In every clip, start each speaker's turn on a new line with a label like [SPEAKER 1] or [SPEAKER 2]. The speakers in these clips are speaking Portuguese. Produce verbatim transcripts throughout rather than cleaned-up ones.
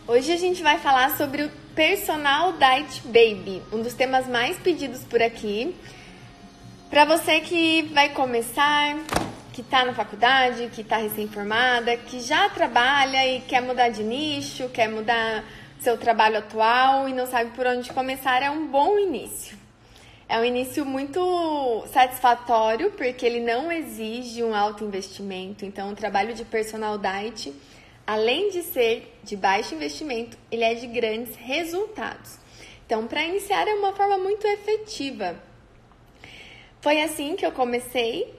[SPEAKER 1] Hoje a gente vai falar sobre o Personal Diet Baby, um dos temas mais pedidos por aqui. Para você que vai começar, que está na faculdade, que está recém-formada, que já trabalha e quer mudar de nicho, quer mudar seu trabalho atual e não sabe por onde começar, é um bom início. É um início muito satisfatório, porque ele não exige um alto investimento. Então, o trabalho de personal diet, além de ser de baixo investimento, ele é de grandes resultados. Então, para iniciar, é uma forma muito efetiva. Foi assim que eu comecei.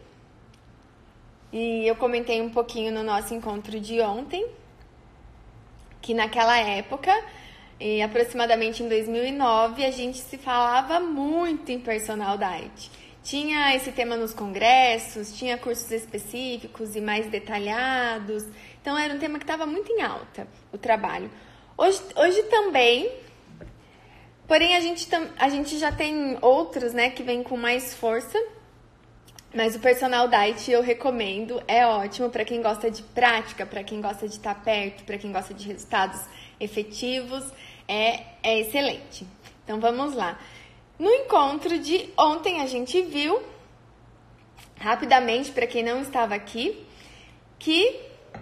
[SPEAKER 1] E eu comentei um pouquinho no nosso encontro de ontem, que naquela época, e aproximadamente em dois mil e nove, a gente se falava muito em personal diet. Tinha esse tema nos congressos, tinha cursos específicos e mais detalhados. Então, era um tema que estava muito em alta, o trabalho. Hoje, hoje também, porém a gente, a gente já tem outros, né, que vêm com mais força. Mas o personal diet eu recomendo, é ótimo para quem gosta de prática, para quem gosta de estar perto, para quem gosta de resultados efetivos, é, é excelente. Então vamos lá. No encontro de ontem a gente viu, rapidamente, para quem não estava aqui, que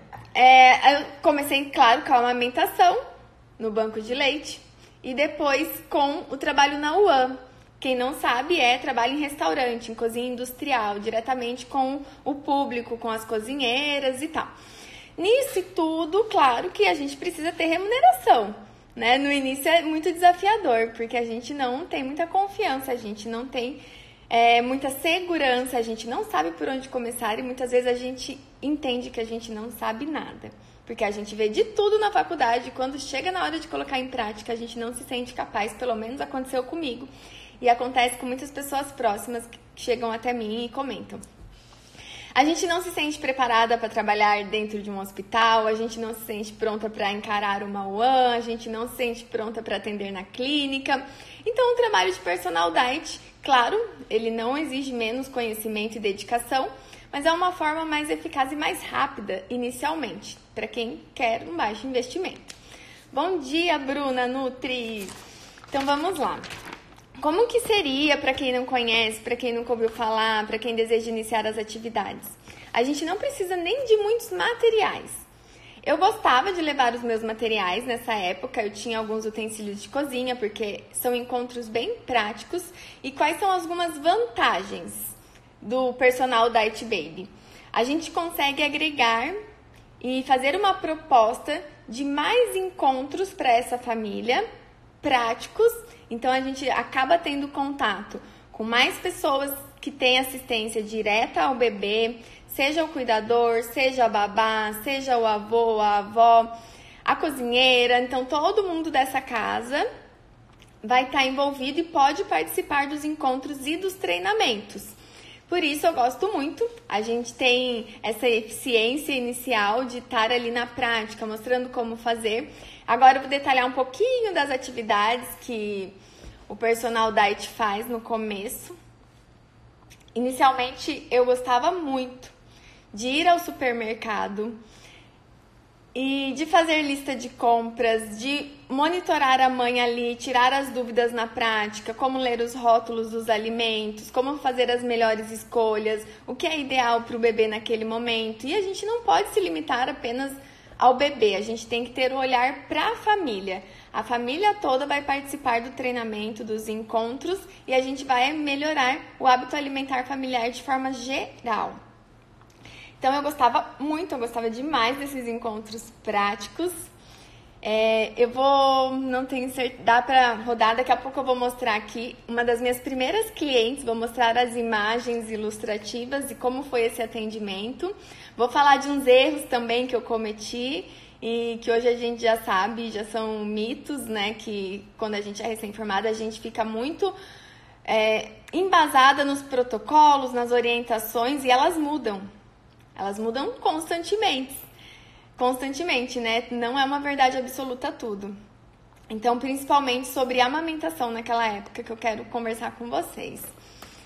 [SPEAKER 1] é, eu comecei, claro, com a amamentação no banco de leite e depois com o trabalho na U A M. Quem não sabe, é trabalho em restaurante, em cozinha industrial, diretamente com o público, com as cozinheiras e tal. Nisso e tudo, claro que a gente precisa ter remuneração, né? No início é muito desafiador, porque a gente não tem muita confiança, a gente não tem é, muita segurança, a gente não sabe por onde começar e muitas vezes a gente entende que a gente não sabe nada. Porque a gente vê de tudo na faculdade e quando chega na hora de colocar em prática, a gente não se sente capaz, pelo menos aconteceu comigo. E acontece com muitas pessoas próximas que chegam até mim e comentam. A gente não se sente preparada para trabalhar dentro de um hospital, a gente não se sente pronta para encarar uma U A M, a gente não se sente pronta para atender na clínica. Então, o trabalho de personal diet, claro, ele não exige menos conhecimento e dedicação, mas é uma forma mais eficaz e mais rápida, inicialmente, para quem quer um baixo investimento. Bom dia, Bruna Nutri! Então, vamos lá. Como que seria, para quem não conhece, para quem nunca ouviu falar, para quem deseja iniciar as atividades? A gente não precisa nem de muitos materiais. Eu gostava de levar os meus materiais nessa época, eu tinha alguns utensílios de cozinha, porque são encontros bem práticos. E quais são algumas vantagens do Personal Diet Baby? A gente consegue agregar e fazer uma proposta de mais encontros para essa família, práticos. Então, a gente acaba tendo contato com mais pessoas que têm assistência direta ao bebê, seja o cuidador, seja a babá, seja o avô, a avó, a cozinheira. Então, todo mundo dessa casa vai estar envolvido e pode participar dos encontros e dos treinamentos. Por isso, eu gosto muito. A gente tem essa eficiência inicial de estar ali na prática, mostrando como fazer. Agora, eu vou detalhar um pouquinho das atividades que o personal diet faz no começo. Inicialmente, eu gostava muito de ir ao supermercado e de fazer lista de compras, de monitorar a mãe ali, tirar as dúvidas na prática, como ler os rótulos dos alimentos, como fazer as melhores escolhas, o que é ideal para o bebê naquele momento. E a gente não pode se limitar apenas ao bebê, a gente tem que ter o olhar para a família. A família toda vai participar do treinamento, dos encontros e a gente vai melhorar o hábito alimentar familiar de forma geral. Então, eu gostava muito, eu gostava demais desses encontros práticos. É, eu vou, não tenho certeza, dá para rodar, daqui a pouco eu vou mostrar aqui uma das minhas primeiras clientes, vou mostrar as imagens ilustrativas e como foi esse atendimento. Vou falar de uns erros também que eu cometi e que hoje a gente já sabe, já são mitos, né? Que quando a gente é recém-formada, a gente fica muito é, embasada nos protocolos, nas orientações e elas mudam. Elas mudam constantemente. Constantemente, né? Não é uma verdade absoluta tudo. Então, principalmente sobre a amamentação naquela época que eu quero conversar com vocês.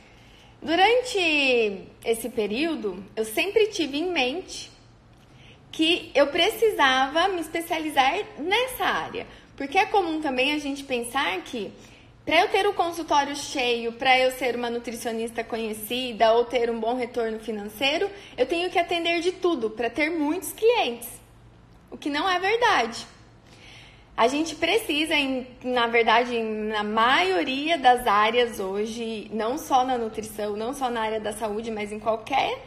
[SPEAKER 1] Durante esse período, eu sempre tive em mente que eu precisava me especializar nessa área. Porque é comum também a gente pensar que para eu ter o consultório cheio, para eu ser uma nutricionista conhecida ou ter um bom retorno financeiro, eu tenho que atender de tudo para ter muitos clientes. O que não é verdade. A gente precisa, em, na verdade, na maioria das áreas hoje, não só na nutrição, não só na área da saúde, mas em qualquer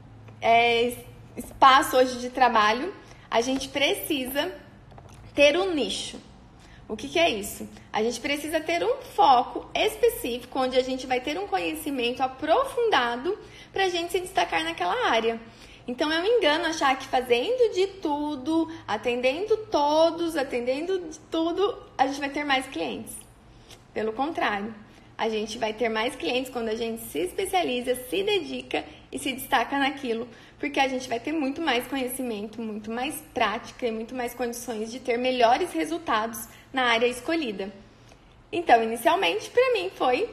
[SPEAKER 1] é, espaço hoje de trabalho, a gente precisa ter um nicho. O que, que é isso? A gente precisa ter um foco específico, onde a gente vai ter um conhecimento aprofundado para a gente se destacar naquela área. Então, é um engano achar que fazendo de tudo, atendendo todos, atendendo de tudo, a gente vai ter mais clientes. Pelo contrário, a gente vai ter mais clientes quando a gente se especializa, se dedica e se destaca naquilo, porque a gente vai ter muito mais conhecimento, muito mais prática e muito mais condições de ter melhores resultados na área escolhida. Então, inicialmente, para mim, foi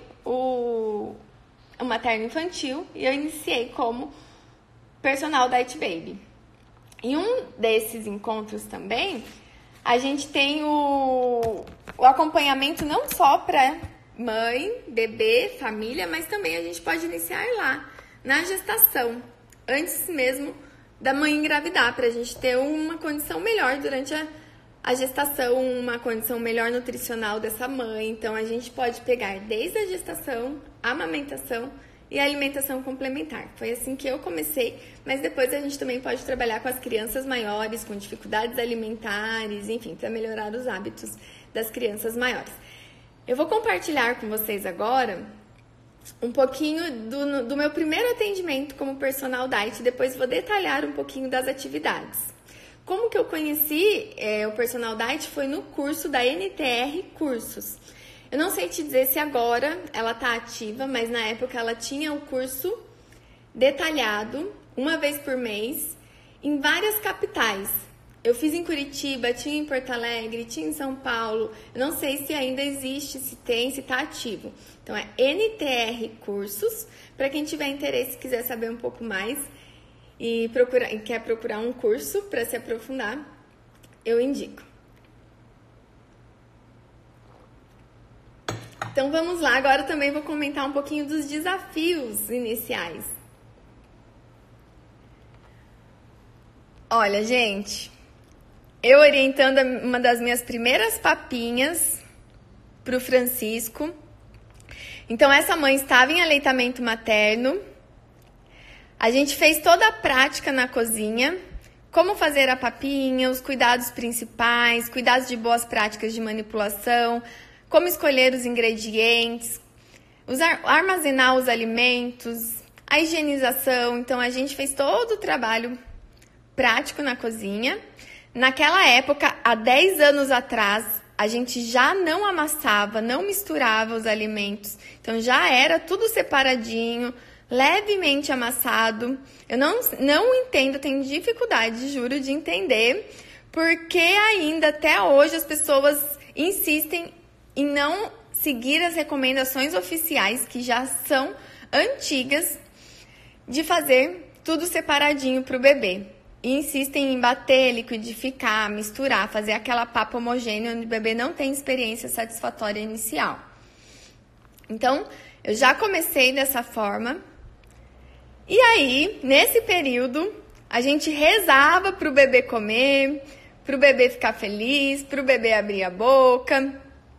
[SPEAKER 1] o, o materno infantil e eu iniciei como personal Diet Baby. Em um desses encontros também, a gente tem o, o acompanhamento não só para mãe, bebê, família, mas também a gente pode iniciar lá, na gestação, antes mesmo da mãe engravidar, para a gente ter uma condição melhor durante a, a gestação, uma condição melhor nutricional dessa mãe. Então, a gente pode pegar desde a gestação, a amamentação e a alimentação complementar. Foi assim que eu comecei, mas depois a gente também pode trabalhar com as crianças maiores, com dificuldades alimentares, enfim, para melhorar os hábitos das crianças maiores. Eu vou compartilhar com vocês agora um pouquinho do, do meu primeiro atendimento como personal diet, depois vou detalhar um pouquinho das atividades. Como que eu conheci é, o personal diet foi no curso da N T R Cursos. Eu não sei te dizer se agora ela está ativa, mas na época ela tinha o curso detalhado, uma vez por mês, em várias capitais. Eu fiz em Curitiba, tinha em Porto Alegre, tinha em São Paulo. Eu não sei se ainda existe, se tem, se está ativo. Então é N T R Cursos, para quem tiver interesse, quiser saber um pouco mais e procurar, e quer procurar um curso para se aprofundar, eu indico. Então vamos lá, agora também vou comentar um pouquinho dos desafios iniciais. Olha, gente, eu orientando uma das minhas primeiras papinhas para o Francisco. Então essa mãe estava em aleitamento materno. A gente fez toda a prática na cozinha, como fazer a papinha, os cuidados principais, cuidados de boas práticas de manipulação, como escolher os ingredientes, usar, armazenar os alimentos, a higienização. Então, a gente fez todo o trabalho prático na cozinha. Naquela época, há dez anos atrás, a gente já não amassava, não misturava os alimentos. Então, já era tudo separadinho, levemente amassado. Eu não, não entendo, tenho dificuldade, juro, de entender, porque ainda até hoje as pessoas insistem em não seguir as recomendações oficiais, que já são antigas, de fazer tudo separadinho para o bebê. E insistem em bater, liquidificar, misturar, fazer aquela papa homogênea onde o bebê não tem experiência satisfatória inicial. Então, eu já comecei dessa forma. E aí, nesse período, a gente rezava para o bebê comer, para o bebê ficar feliz, para o bebê abrir a boca,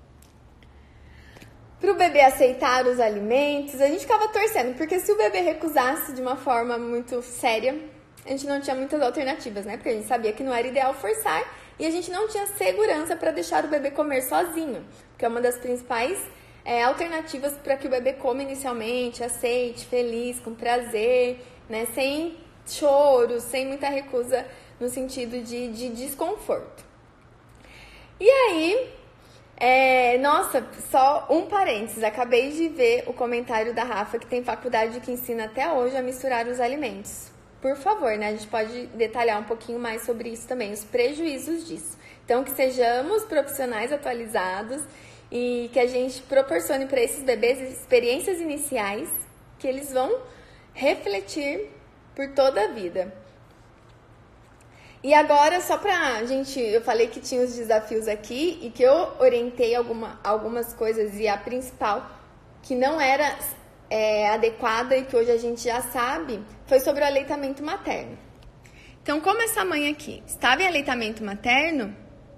[SPEAKER 1] para o bebê aceitar os alimentos. A gente ficava torcendo, porque se o bebê recusasse de uma forma muito séria, a gente não tinha muitas alternativas, né? Porque a gente sabia que não era ideal forçar e a gente não tinha segurança para deixar o bebê comer sozinho, que é uma das principais é, alternativas para que o bebê coma inicialmente, aceite, feliz, com prazer, né? Sem choro, sem muita recusa no sentido de, de desconforto. E aí, é, nossa, só um parênteses, acabei de ver o comentário da Rafa, que tem faculdade que ensina até hoje a misturar os alimentos. Por favor, né? A gente pode detalhar um pouquinho mais sobre isso também, os prejuízos disso. Então, que sejamos profissionais atualizados e que a gente proporcione para esses bebês experiências iniciais que eles vão refletir por toda a vida. E agora, só pra gente, eu falei que tinha os desafios aqui e que eu orientei alguma, algumas coisas, e a principal, que não era é, adequada e que hoje a gente já sabe, foi sobre o aleitamento materno. Então, como essa mãe aqui estava em aleitamento materno,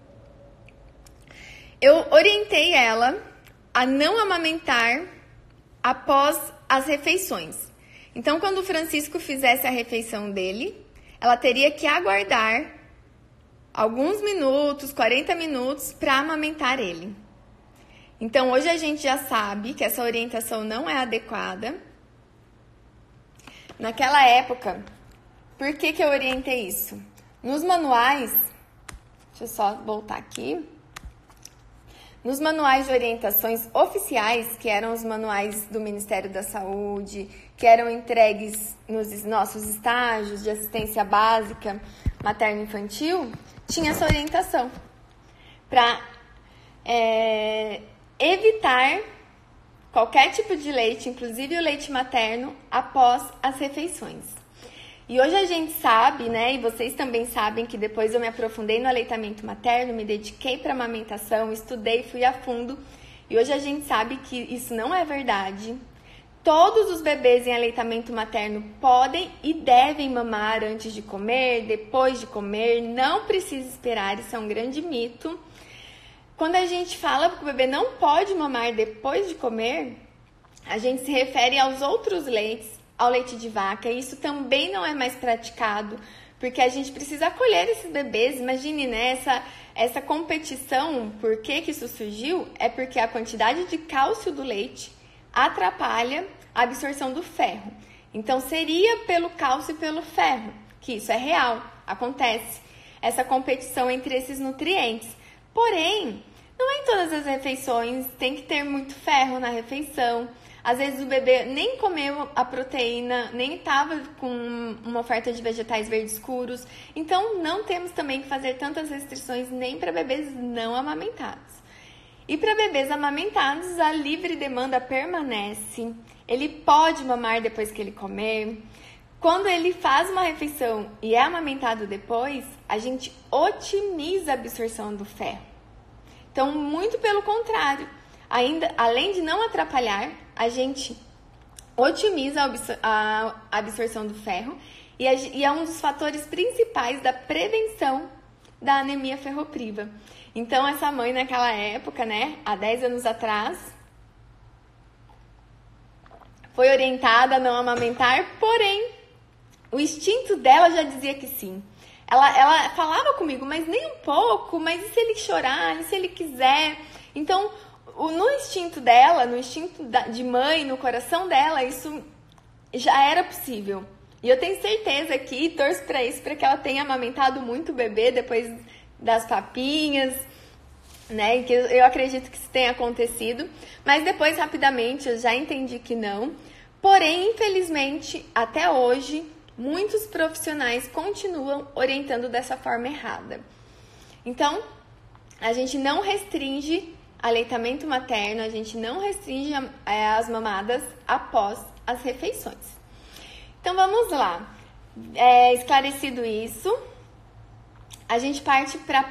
[SPEAKER 1] eu orientei ela a não amamentar após as refeições. Então, quando o Francisco fizesse a refeição dele, ela teria que aguardar alguns minutos, quarenta minutos, para amamentar ele. Então, hoje a gente já sabe que essa orientação não é adequada. Naquela época, por que que eu orientei isso? Nos manuais, deixa eu só voltar aqui. Nos manuais de orientações oficiais, que eram os manuais do Ministério da Saúde, que eram entregues nos nossos estágios de assistência básica materno-infantil, tinha essa orientação para é, evitar qualquer tipo de leite, inclusive o leite materno, após as refeições. E hoje a gente sabe, né, e vocês também sabem que depois eu me aprofundei no aleitamento materno, me dediquei para a amamentação, estudei, fui a fundo, e hoje a gente sabe que isso não é verdade. Todos os bebês em aleitamento materno podem e devem mamar antes de comer, depois de comer, não precisa esperar, isso é um grande mito. Quando a gente fala que o bebê não pode mamar depois de comer, a gente se refere aos outros leites, ao leite de vaca. Isso também não é mais praticado, porque a gente precisa acolher esses bebês. Imagine, né, essa, essa competição, por que que isso surgiu? É porque a quantidade de cálcio do leite atrapalha a absorção do ferro. Então, seria pelo cálcio e pelo ferro, que isso é real, acontece, essa competição entre esses nutrientes. Porém, não é em todas as refeições, tem que ter muito ferro na refeição. Às vezes o bebê nem comeu a proteína, nem estava com uma oferta de vegetais verdes escuros. Então, não temos também que fazer tantas restrições nem para bebês não amamentados. E para bebês amamentados, a livre demanda permanece. Ele pode mamar depois que ele comer. Quando ele faz uma refeição e é amamentado depois, a gente otimiza a absorção do ferro. Então, muito pelo contrário, ainda, além de não atrapalhar, a gente otimiza a, absor- a absorção do ferro e, a, e é um dos fatores principais da prevenção da anemia ferropriva. Então, essa mãe naquela época, né, há dez anos atrás, foi orientada a não amamentar, porém, o instinto dela já dizia que sim. Ela, ela falava comigo, mas nem um pouco, mas e se ele chorar, e se ele quiser? Então, no instinto dela, no instinto de mãe, no coração dela, isso já era possível. E eu tenho certeza aqui, torço para isso, para que ela tenha amamentado muito o bebê depois das papinhas, né? Que eu acredito que isso tenha acontecido. Mas depois, rapidamente, eu já entendi que não. Porém, infelizmente, até hoje, muitos profissionais continuam orientando dessa forma errada. Então, a gente não restringe aleitamento materno, a gente não restringe é, as mamadas após as refeições. Então, vamos lá. É, esclarecido isso, a gente parte para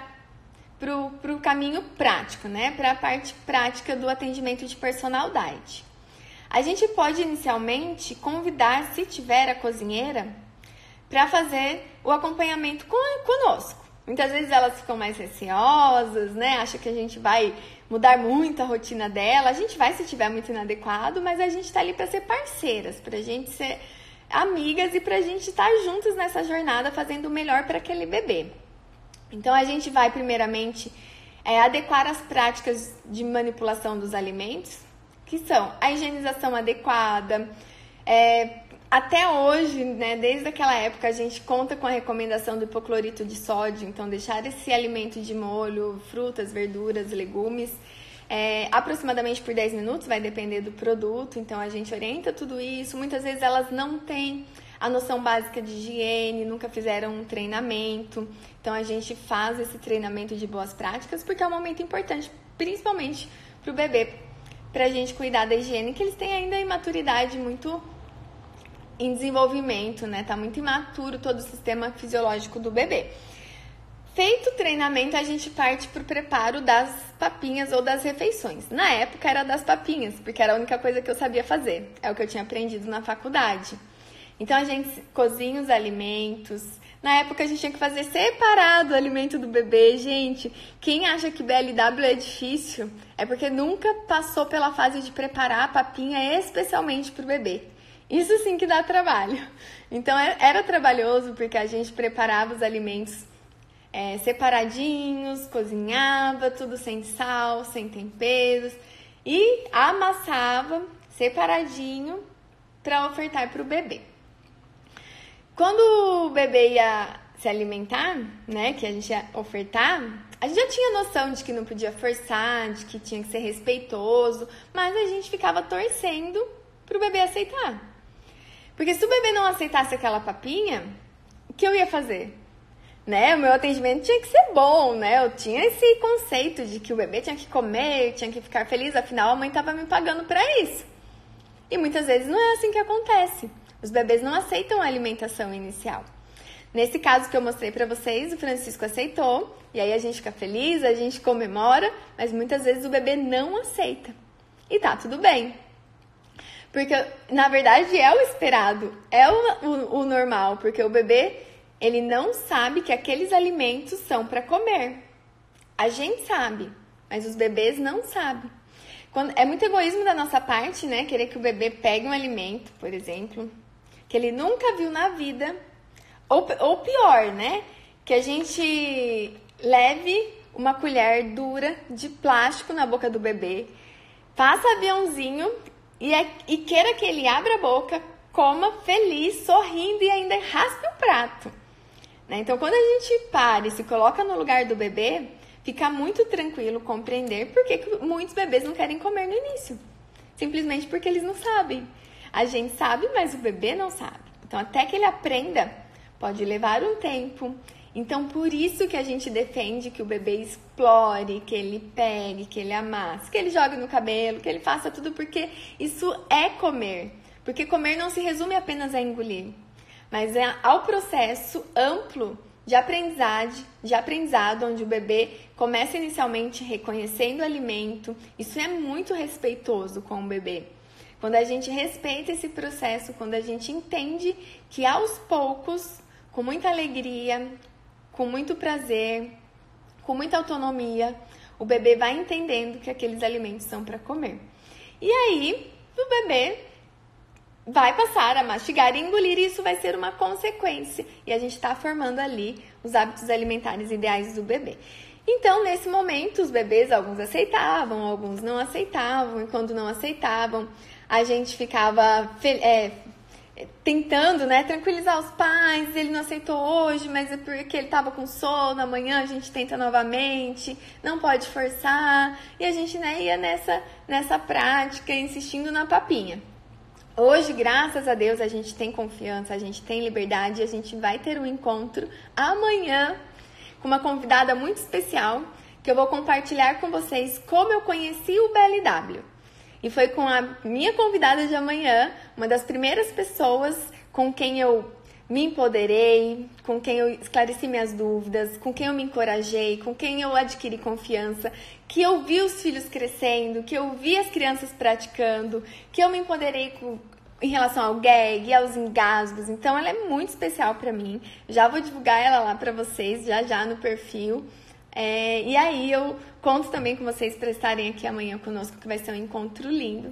[SPEAKER 1] o caminho prático, né? Para a parte prática do atendimento de personal diet. A gente pode, inicialmente, convidar, se tiver a cozinheira, para fazer o acompanhamento conosco. Muitas vezes elas ficam mais receosas, né? Acham que a gente vai mudar muito a rotina dela. A gente vai se tiver muito inadequado, mas a gente tá ali para ser parceiras, pra gente ser amigas e pra gente estar juntas nessa jornada fazendo o melhor para aquele bebê. Então, a gente vai, primeiramente, é, adequar as práticas de manipulação dos alimentos, que são a higienização adequada. É, até hoje, né, desde aquela época, a gente conta com a recomendação do hipoclorito de sódio, então deixar esse alimento de molho, frutas, verduras, legumes, é, aproximadamente por dez minutos, vai depender do produto, então a gente orienta tudo isso. Muitas vezes elas não têm a noção básica de higiene, nunca fizeram um treinamento, então a gente faz esse treinamento de boas práticas, porque é um momento importante, principalmente para o bebê, para a gente cuidar da higiene, que eles têm ainda imaturidade muito em desenvolvimento, né? Tá muito imaturo todo o sistema fisiológico do bebê. Feito o treinamento, a gente parte para o preparo das papinhas ou das refeições. Na época era das papinhas, porque era a única coisa que eu sabia fazer. É o que eu tinha aprendido na faculdade. Então a gente cozinha os alimentos. Na época a gente tinha que fazer separado o alimento do bebê. Gente, quem acha que B L W é difícil é porque nunca passou pela fase de preparar a papinha especialmente para o bebê. Isso sim que dá trabalho. Então era trabalhoso porque a gente preparava os alimentos É, separadinhos, cozinhava tudo sem sal, sem temperos e amassava separadinho para ofertar para o bebê. Quando o bebê ia se alimentar, né, que a gente ia ofertar, a gente já tinha noção de que não podia forçar, de que tinha que ser respeitoso, mas a gente ficava torcendo para o bebê aceitar. Porque se o bebê não aceitasse aquela papinha, o que eu ia fazer? Né? O meu atendimento tinha que ser bom, né? Eu tinha esse conceito de que o bebê tinha que comer, tinha que ficar feliz, afinal a mãe estava me pagando para isso. E muitas vezes não é assim que acontece. Os bebês não aceitam a alimentação inicial. Nesse caso que eu mostrei para vocês, o Francisco aceitou, e aí a gente fica feliz, a gente comemora, mas muitas vezes o bebê não aceita. E tá tudo bem. Porque, na verdade, é o esperado, é o, o, o normal, porque o bebê ele não sabe que aqueles alimentos são para comer. A gente sabe, mas os bebês não sabem. Quando, é muito egoísmo da nossa parte, né? Querer que o bebê pegue um alimento, por exemplo, que ele nunca viu na vida. Ou, ou pior, né? Que a gente leve uma colher dura de plástico na boca do bebê, faça aviãozinho e, é, e queira que ele abra a boca, coma feliz, sorrindo e ainda raspe o prato. Então, quando a gente para e se coloca no lugar do bebê, fica muito tranquilo compreender por que muitos bebês não querem comer no início. Simplesmente porque eles não sabem. A gente sabe, mas o bebê não sabe. Então, até que ele aprenda, pode levar um tempo. Então, por isso que a gente defende que o bebê explore, que ele pegue, que ele amasse, que ele jogue no cabelo, que ele faça tudo, porque isso é comer. Porque comer não se resume apenas a engolir, mas é ao processo amplo de aprendizagem, de aprendizado, onde o bebê começa inicialmente reconhecendo o alimento. Isso é muito respeitoso com o bebê. Quando a gente respeita esse processo, quando a gente entende que aos poucos, com muita alegria, com muito prazer, com muita autonomia, o bebê vai entendendo que aqueles alimentos são para comer. E aí, o bebê vai passar a mastigar e engolir, e isso vai ser uma consequência. E a gente está formando ali os hábitos alimentares ideais do bebê. Então, nesse momento, os bebês, alguns aceitavam, alguns não aceitavam. E quando não aceitavam, a gente ficava é, tentando, né, tranquilizar os pais. Ele não aceitou hoje, mas é porque ele estava com sono. Amanhã a gente tenta novamente, não pode forçar. E a gente, né, ia nessa, nessa prática, insistindo na papinha. Hoje, graças a Deus, a gente tem confiança, a gente tem liberdade e a gente vai ter um encontro amanhã com uma convidada muito especial que eu vou compartilhar com vocês como eu conheci o B L W. E foi com a minha convidada de amanhã, uma das primeiras pessoas com quem eu me empoderei, com quem eu esclareci minhas dúvidas, com quem eu me encorajei, com quem eu adquiri confiança, que eu vi os filhos crescendo, que eu vi as crianças praticando, que eu me empoderei com, em relação ao gag e aos engasgos. Então, ela é muito especial para mim. Já vou divulgar ela lá para vocês, já já no perfil. É, e aí, eu conto também com vocês para estarem aqui amanhã conosco, que vai ser um encontro lindo.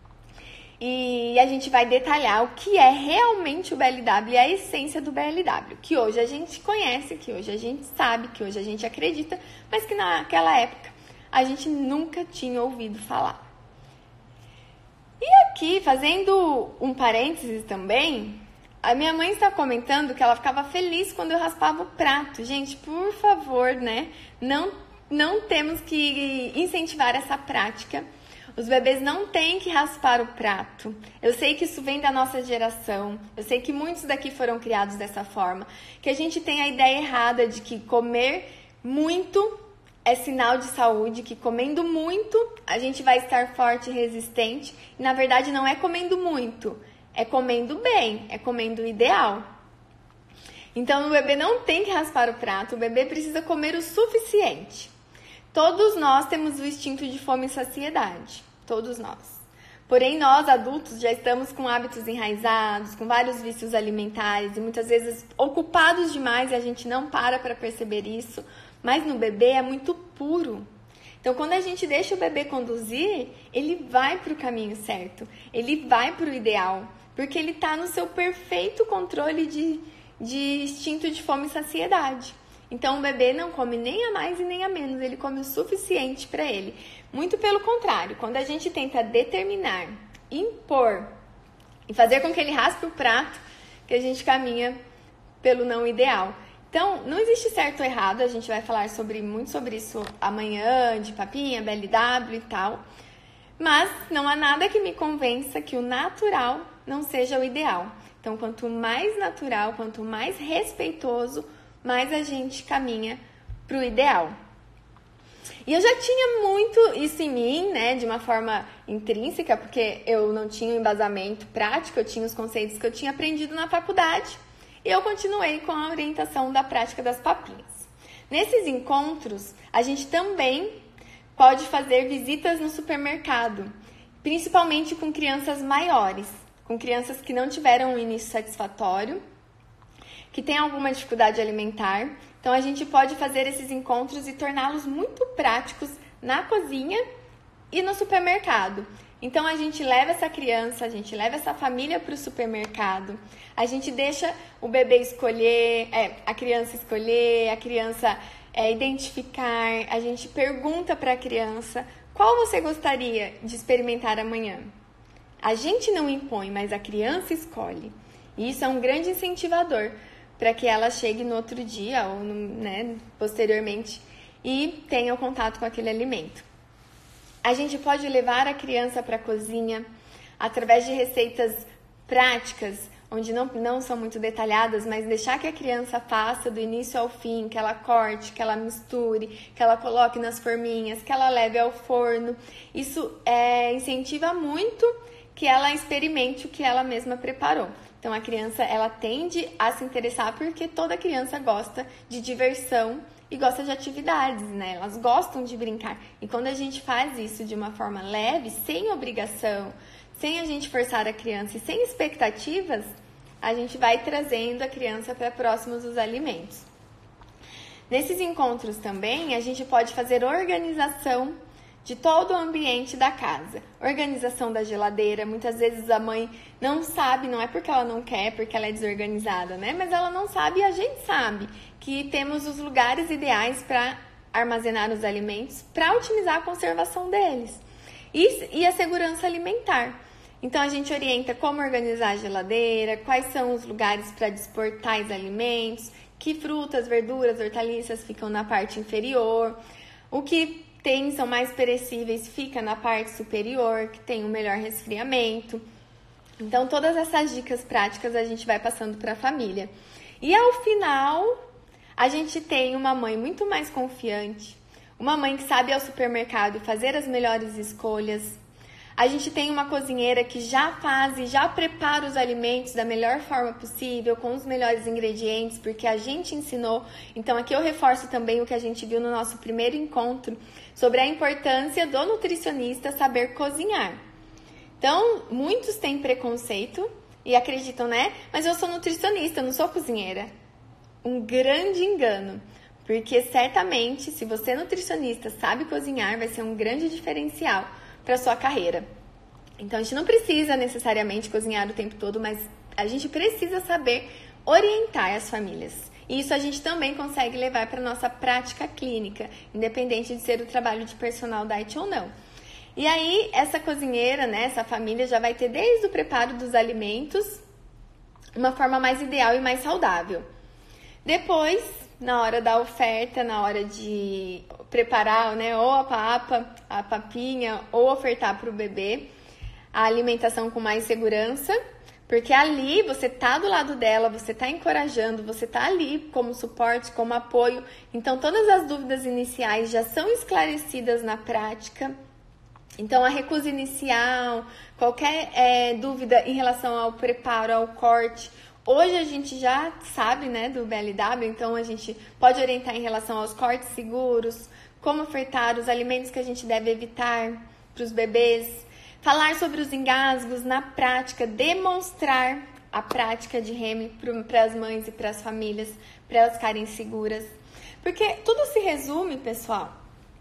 [SPEAKER 1] E a gente vai detalhar o que é realmente o B L W e a essência do B L W, que hoje a gente conhece, que hoje a gente sabe, que hoje a gente acredita, mas que naquela época a gente nunca tinha ouvido falar. E aqui, fazendo um parênteses também, a minha mãe está comentando que ela ficava feliz quando eu raspava o prato. Gente, por favor, né? Não, não temos que incentivar essa prática. Os bebês não têm que raspar o prato. Eu sei que isso vem da nossa geração. Eu sei que muitos daqui foram criados dessa forma. Que a gente tem a ideia errada de que comer muito é sinal de saúde, que comendo muito a gente vai estar forte e resistente. E na verdade não é comendo muito, é comendo bem, é comendo o ideal. Então, o bebê não tem que raspar o prato, o bebê precisa comer o suficiente. Todos nós temos o instinto de fome e saciedade, todos nós. Porém, nós, adultos, já estamos com hábitos enraizados, com vários vícios alimentares e muitas vezes ocupados demais e a gente não para para perceber isso. Mas no bebê é muito puro. Então, quando a gente deixa o bebê conduzir, ele vai para o caminho certo, ele vai para o ideal, porque ele está no seu perfeito controle de, de instinto de fome e saciedade. Então, o bebê não come nem a mais e nem a menos, ele come o suficiente para ele. Muito pelo contrário, quando a gente tenta determinar, impor e fazer com que ele raspe o prato, que a gente caminha pelo não ideal. Então, não existe certo ou errado, a gente vai falar sobre, muito sobre isso amanhã, de papinha, B L W e tal. Mas não há nada que me convença que o natural não seja o ideal. Então, quanto mais natural, quanto mais respeitoso, mais a gente caminha para o ideal. E eu já tinha muito isso em mim, né, de uma forma intrínseca, porque eu não tinha um embasamento prático, eu tinha os conceitos que eu tinha aprendido na faculdade, e eu continuei com a orientação da prática das papinhas. Nesses encontros, a gente também pode fazer visitas no supermercado, principalmente com crianças maiores, com crianças que não tiveram um início satisfatório, que têm alguma dificuldade alimentar. Então, a gente pode fazer esses encontros e torná-los muito práticos na cozinha e no supermercado. Então, a gente leva essa criança, a gente leva essa família para o supermercado, a gente deixa o bebê escolher, é, a criança escolher, a criança é, identificar, a gente pergunta para a criança qual você gostaria de experimentar amanhã. A gente não impõe, mas a criança escolhe. E isso é um grande incentivador para que ela chegue no outro dia ou no, né, posteriormente e tenha o contato com aquele alimento. A gente pode levar a criança para a cozinha através de receitas práticas, onde não, não são muito detalhadas, mas deixar que a criança faça do início ao fim, que ela corte, que ela misture, que ela coloque nas forminhas, que ela leve ao forno. Isso é, incentiva muito que ela experimente o que ela mesma preparou. Então, a criança, ela tende a se interessar porque toda criança gosta de diversão e gosta de atividades, né? Elas gostam de brincar. E quando a gente faz isso de uma forma leve, sem obrigação, sem a gente forçar a criança e sem expectativas, a gente vai trazendo a criança para próximos dos alimentos. Nesses encontros também, a gente pode fazer organização de todo o ambiente da casa. Organização da geladeira. Muitas vezes a mãe não sabe, não é porque ela não quer, porque ela é desorganizada, né? Mas ela não sabe e a gente sabe que temos os lugares ideais para armazenar os alimentos, para otimizar a conservação deles. E, e a segurança alimentar. Então, a gente orienta como organizar a geladeira, quais são os lugares para dispor tais alimentos, que frutas, verduras, hortaliças ficam na parte inferior, o que tem, são mais perecíveis, fica na parte superior, que tem um melhor resfriamento. Então, todas essas dicas práticas a gente vai passando para a família. E ao final, a gente tem uma mãe muito mais confiante, uma mãe que sabe ir ao supermercado e fazer as melhores escolhas. A gente tem uma cozinheira que já faz e já prepara os alimentos da melhor forma possível, com os melhores ingredientes, porque a gente ensinou. Então, aqui eu reforço também o que a gente viu no nosso primeiro encontro, sobre a importância do nutricionista saber cozinhar. Então, muitos têm preconceito e acreditam, né? Mas eu sou nutricionista, eu não sou cozinheira. Um grande engano, porque certamente, se você é nutricionista, sabe cozinhar, vai ser um grande diferencial para sua carreira. Então, a gente não precisa necessariamente cozinhar o tempo todo, mas a gente precisa saber orientar as famílias. E isso a gente também consegue levar para a nossa prática clínica, independente de ser o trabalho de personal diet ou não. E aí, essa cozinheira, né, essa família já vai ter desde o preparo dos alimentos uma forma mais ideal e mais saudável. Depois, na hora da oferta, na hora de preparar, né, ou a papa, a papinha, ou ofertar para o bebê a alimentação com mais segurança, porque ali você tá do lado dela, você tá encorajando, você tá ali como suporte, como apoio. Então, todas as dúvidas iniciais já são esclarecidas na prática. Então, a recusa inicial, qualquer é, dúvida em relação ao preparo, ao corte, Hoje a gente já sabe, né, do B L W, então a gente pode orientar em relação aos cortes seguros, como ofertar os alimentos que a gente deve evitar para os bebês, falar sobre os engasgos na prática, demonstrar a prática de reme para as mães e para as famílias, para elas ficarem seguras. Porque tudo se resume, pessoal,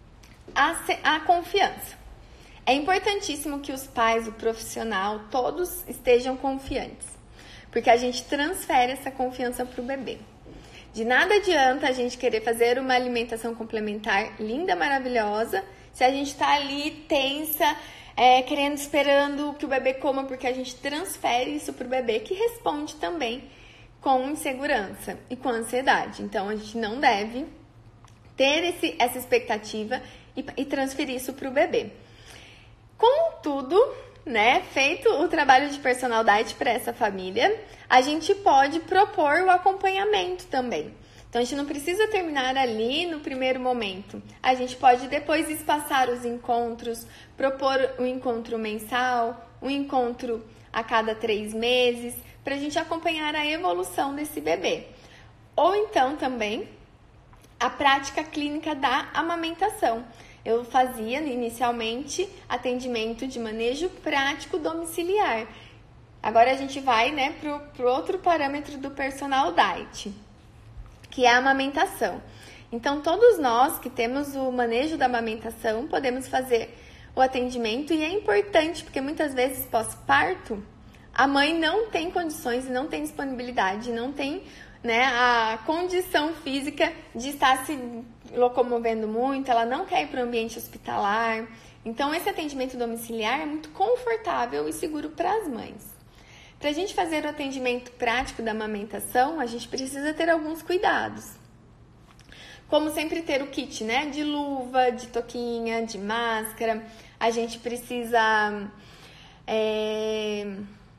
[SPEAKER 1] a, a confiança. É importantíssimo que os pais, o profissional, todos estejam confiantes, porque a gente transfere essa confiança para o bebê. De nada adianta a gente querer fazer uma alimentação complementar linda, maravilhosa, se a gente está ali tensa, é, querendo, esperando que o bebê coma, porque a gente transfere isso para o bebê, que responde também com insegurança e com ansiedade. Então, a gente não deve ter esse, essa expectativa e, e transferir isso para o bebê. Contudo, né, feito o trabalho de personal diet para essa família, a gente pode propor o acompanhamento também. Então, a gente não precisa terminar ali no primeiro momento. A gente pode depois espaçar os encontros, propor um encontro mensal, um encontro a cada três meses, para a gente acompanhar a evolução desse bebê. Ou então também a prática clínica da amamentação. Eu fazia inicialmente atendimento de manejo prático domiciliar. Agora a gente vai, né, para o outro parâmetro do personal diet, que é a amamentação. Então, todos nós que temos o manejo da amamentação, podemos fazer o atendimento, e é importante, porque muitas vezes pós-parto, a mãe não tem condições, não tem disponibilidade, não tem, né, a condição física de estar se locomovendo muito, ela não quer ir para o ambiente hospitalar. Então, esse atendimento domiciliar é muito confortável e seguro para as mães. Para a gente fazer o atendimento prático da amamentação, a gente precisa ter alguns cuidados. Como sempre ter o kit, né, de luva, de touquinha, de máscara. A gente precisa é,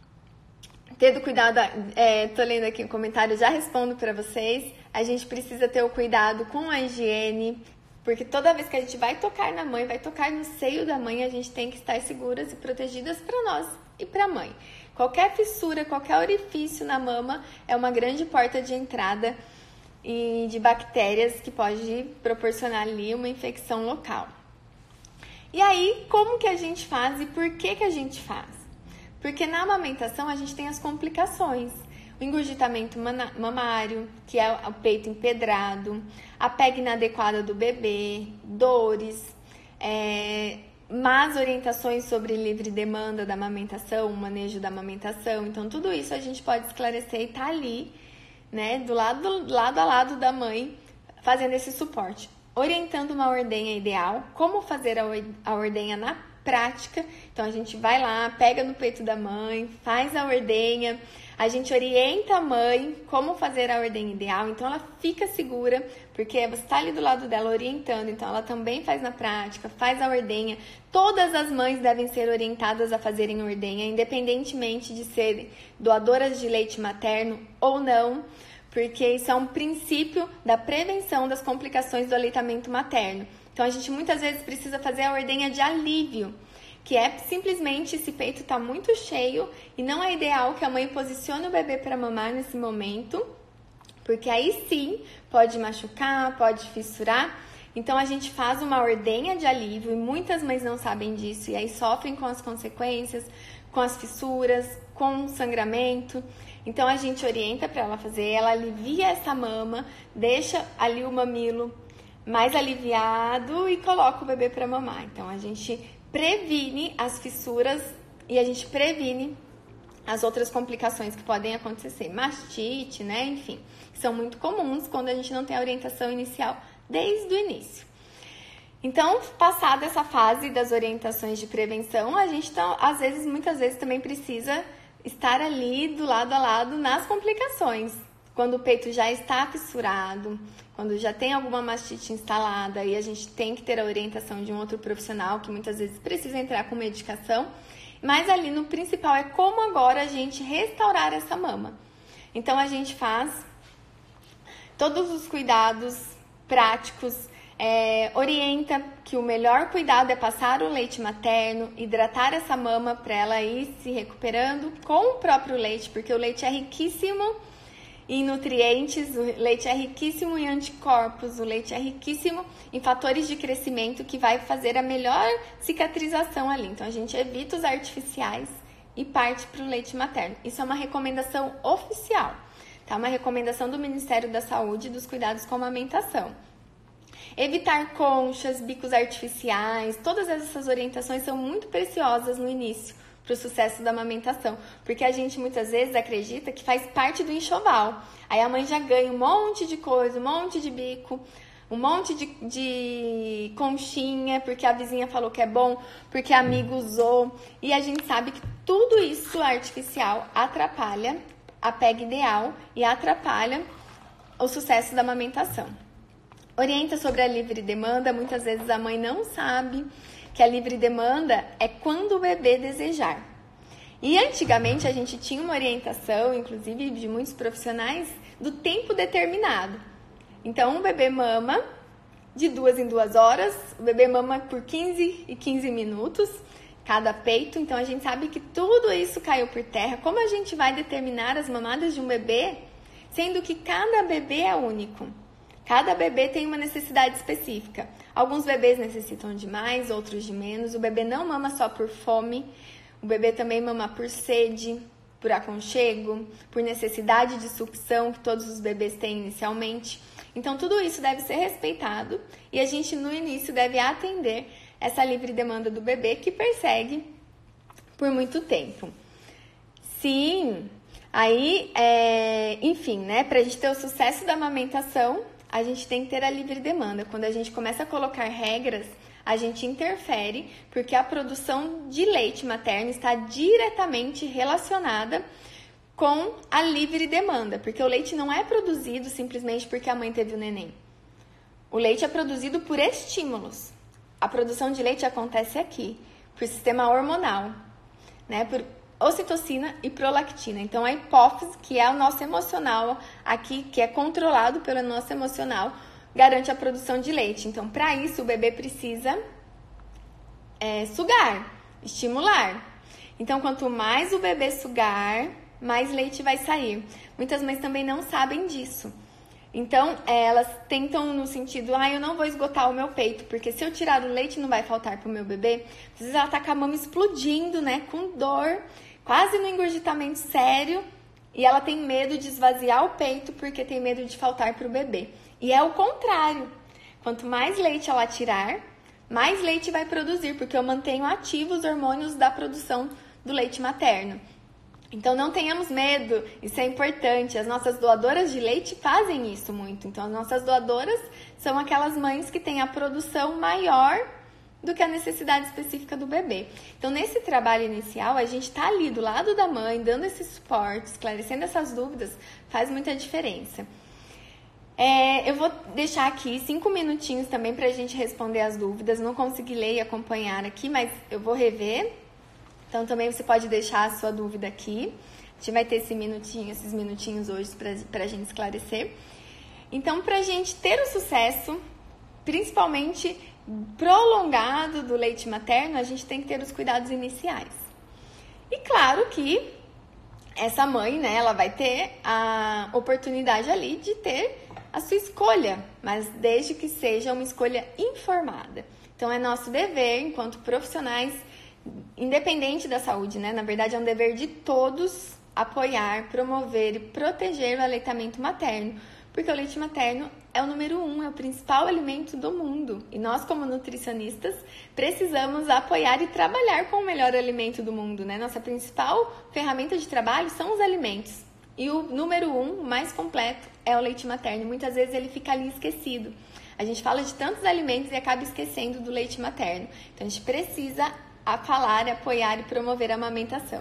[SPEAKER 1] ter do cuidado, é, tô lendo aqui o comentário, já respondo para vocês. A gente precisa ter o cuidado com a higiene, porque toda vez que a gente vai tocar na mãe, vai tocar no seio da mãe, a gente tem que estar seguras e protegidas para nós e para a mãe. Qualquer fissura, qualquer orifício na mama é uma grande porta de entrada e de bactérias que pode proporcionar ali uma infecção local. E aí, como que a gente faz e por que que a gente faz? Porque na amamentação a gente tem as complicações. O engurgitamento mamário, que é o peito empedrado, a pega inadequada do bebê, dores, é, más orientações sobre livre demanda da amamentação, o manejo da amamentação. Então, tudo isso a gente pode esclarecer e tá ali, né, do lado, lado a lado da mãe, fazendo esse suporte. Orientando uma ordenha ideal, como fazer a ordenha na prática. Então, a gente vai lá, pega no peito da mãe, faz a ordenha, a gente orienta a mãe como fazer a ordenha ideal, então ela fica segura, porque você está ali do lado dela orientando, então ela também faz na prática, faz a ordenha. Todas as mães devem ser orientadas a fazerem ordenha, independentemente de serem doadoras de leite materno ou não, porque isso é um princípio da prevenção das complicações do aleitamento materno. Então, a gente muitas vezes precisa fazer a ordenha de alívio, que é simplesmente esse peito está muito cheio e não é ideal que a mãe posicione o bebê para mamar nesse momento, porque aí sim pode machucar, pode fissurar. Então, a gente faz uma ordenha de alívio e muitas mães não sabem disso e aí sofrem com as consequências, com as fissuras, com o sangramento. Então, a gente orienta para ela fazer, ela alivia essa mama, deixa ali o mamilo mais aliviado e coloca o bebê para mamar. Então, a gente previne as fissuras e a gente previne as outras complicações que podem acontecer, mastite, né, enfim, que são muito comuns quando a gente não tem a orientação inicial desde o início. Então, passada essa fase das orientações de prevenção, a gente, tá, às vezes, muitas vezes também precisa estar ali do lado a lado nas complicações. Quando o peito já está fissurado, quando já tem alguma mastite instalada e a gente tem que ter a orientação de um outro profissional que muitas vezes precisa entrar com medicação, mas ali no principal é como agora a gente restaurar essa mama. Então a gente faz todos os cuidados práticos, É, orienta que o melhor cuidado é passar o leite materno, hidratar essa mama para ela ir se recuperando com o próprio leite, porque o leite é riquíssimo em nutrientes, o leite é riquíssimo em anticorpos, o leite é riquíssimo em fatores de crescimento que vai fazer a melhor cicatrização ali. Então a gente evita os artificiais e parte para o leite materno. Isso é uma recomendação oficial, tá? Uma recomendação do Ministério da Saúde dos cuidados com a amamentação. Evitar conchas, bicos artificiais, todas essas orientações são muito preciosas no início para o sucesso da amamentação, porque a gente muitas vezes acredita que faz parte do enxoval. Aí a mãe já ganha um monte de coisa, um monte de bico, um monte de, de conchinha, porque a vizinha falou que é bom, porque a amiga usou. E a gente sabe que tudo isso artificial atrapalha a pega ideal e atrapalha o sucesso da amamentação. Orienta sobre a livre demanda, muitas vezes a mãe não sabe que a livre demanda é quando o bebê desejar. E antigamente a gente tinha uma orientação, inclusive de muitos profissionais, do tempo determinado. Então o bebê mama de duas em duas horas, o bebê mama por quinze e quinze minutos, cada peito. Então a gente sabe que tudo isso caiu por terra. Como a gente vai determinar as mamadas de um bebê, sendo que cada bebê é único? Cada bebê tem uma necessidade específica. Alguns bebês necessitam de mais, outros de menos. O bebê não mama só por fome, o bebê também mama por sede, por aconchego, por necessidade de sucção que todos os bebês têm inicialmente. Então tudo isso deve ser respeitado e a gente no início deve atender essa livre demanda do bebê que persegue por muito tempo. Sim, aí, é, enfim, né, pra gente ter o sucesso da amamentação, a gente tem que ter a livre demanda. Quando a gente começa a colocar regras, a gente interfere, porque a produção de leite materno está diretamente relacionada com a livre demanda, porque o leite não é produzido simplesmente porque a mãe teve o neném. O leite é produzido por estímulos. A produção de leite acontece aqui, por sistema hormonal, né, por ocitocina e prolactina. Então, a hipófise, que é o nosso emocional aqui, que é controlado pelo nosso emocional, garante a produção de leite. Então, para isso, o bebê precisa é, sugar, estimular. Então, quanto mais o bebê sugar, mais leite vai sair. Muitas mães também não sabem disso. Então, elas tentam no sentido, ah, eu não vou esgotar o meu peito, porque se eu tirar o leite não vai faltar pro meu bebê. Às vezes ela tá com a mama explodindo, né, com dor, quase no engurgitamento sério, e ela tem medo de esvaziar o peito porque tem medo de faltar pro bebê. E é o contrário. Quanto mais leite ela tirar, mais leite vai produzir, porque eu mantenho ativos os hormônios da produção do leite materno. Então, não tenhamos medo, isso é importante. As nossas doadoras de leite fazem isso muito. Então, as nossas doadoras são aquelas mães que têm a produção maior do que a necessidade específica do bebê. Então, nesse trabalho inicial, a gente está ali do lado da mãe, dando esse suporte, esclarecendo essas dúvidas, faz muita diferença. É, eu vou deixar aqui cinco minutinhos também para a gente responder as dúvidas. Não consegui ler e acompanhar aqui, mas eu vou rever. Então, também você pode deixar a sua dúvida aqui. A gente vai ter esse minutinho, esses minutinhos hoje para a gente esclarecer. Então, para a gente ter o sucesso, principalmente prolongado do leite materno, a gente tem que ter os cuidados iniciais. E claro que essa mãe, né, ela vai ter a oportunidade ali de ter a sua escolha, mas desde que seja uma escolha informada. Então, é nosso dever, enquanto profissionais, independente da saúde, né? Na verdade, é um dever de todos apoiar, promover e proteger o aleitamento materno, porque o leite materno é o número um, é o principal alimento do mundo. E nós, como nutricionistas, precisamos apoiar e trabalhar com o melhor alimento do mundo, né? Nossa principal ferramenta de trabalho são os alimentos. E o número um, o mais completo, é o leite materno. Muitas vezes ele fica ali esquecido. A gente fala de tantos alimentos e acaba esquecendo do leite materno. Então, a gente precisa a falar, apoiar e promover a amamentação.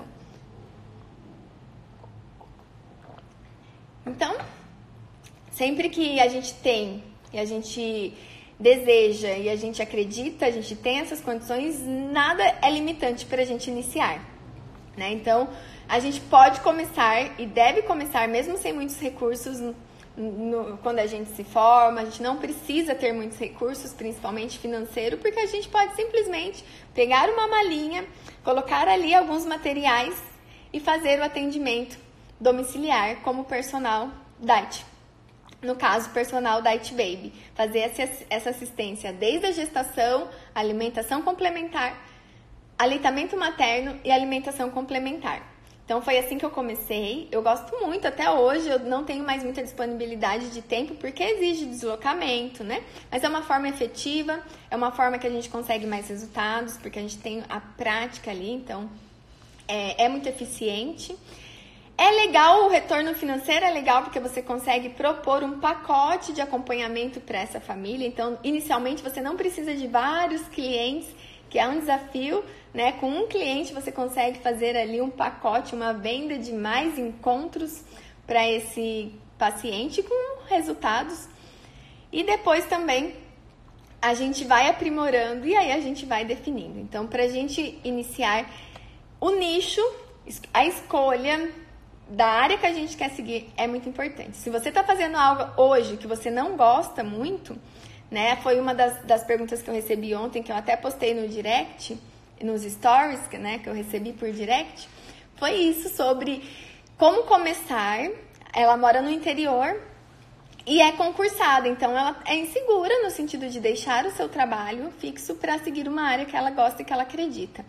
[SPEAKER 1] Então, sempre que a gente tem e a gente deseja e a gente acredita, a gente tem essas condições, nada é limitante para a gente iniciar, né? Então, a gente pode começar e deve começar, mesmo sem muitos recursos, no, quando a gente se forma, a gente não precisa ter muitos recursos, principalmente financeiro, porque a gente pode simplesmente pegar uma malinha, colocar ali alguns materiais e fazer o atendimento domiciliar como personal diet. No caso, personal diet baby. Fazer essa assistência desde a gestação, alimentação complementar, aleitamento materno e alimentação complementar. Então, foi assim que eu comecei. Eu gosto muito, até hoje eu não tenho mais muita disponibilidade de tempo, porque exige deslocamento, né? Mas é uma forma efetiva, é uma forma que a gente consegue mais resultados, porque a gente tem a prática ali, então é, é muito eficiente. É legal, o retorno financeiro é legal, porque você consegue propor um pacote de acompanhamento para essa família. Então, inicialmente, você não precisa de vários clientes, que é um desafio, né? Com um cliente você consegue fazer ali um pacote, uma venda de mais encontros para esse paciente com resultados. E depois também a gente vai aprimorando e aí a gente vai definindo. Então, para a gente iniciar o nicho, a escolha da área que a gente quer seguir é muito importante. Se você está fazendo algo hoje que você não gosta muito, né? Foi uma das, das perguntas que eu recebi ontem, que eu até postei no direct, nos stories, né, que eu recebi por direct, foi isso, sobre como começar. Ela mora no interior e é concursada, então ela é insegura no sentido de deixar o seu trabalho fixo para seguir uma área que ela gosta e que ela acredita.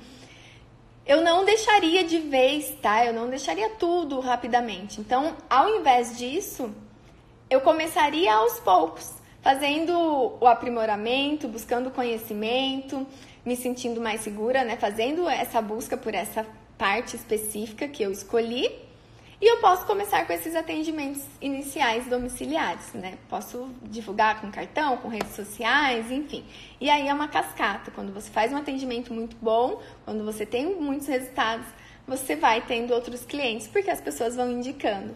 [SPEAKER 1] Eu não deixaria de vez, tá? Eu não deixaria tudo rapidamente. Então, ao invés disso, eu começaria aos poucos, fazendo o aprimoramento, buscando conhecimento, me sentindo mais segura, né? Fazendo essa busca por essa parte específica que eu escolhi. E eu posso começar com esses atendimentos iniciais domiciliares, né? Posso divulgar com cartão, com redes sociais, enfim. E aí é uma cascata. Quando você faz um atendimento muito bom, quando você tem muitos resultados, você vai tendo outros clientes, porque as pessoas vão indicando.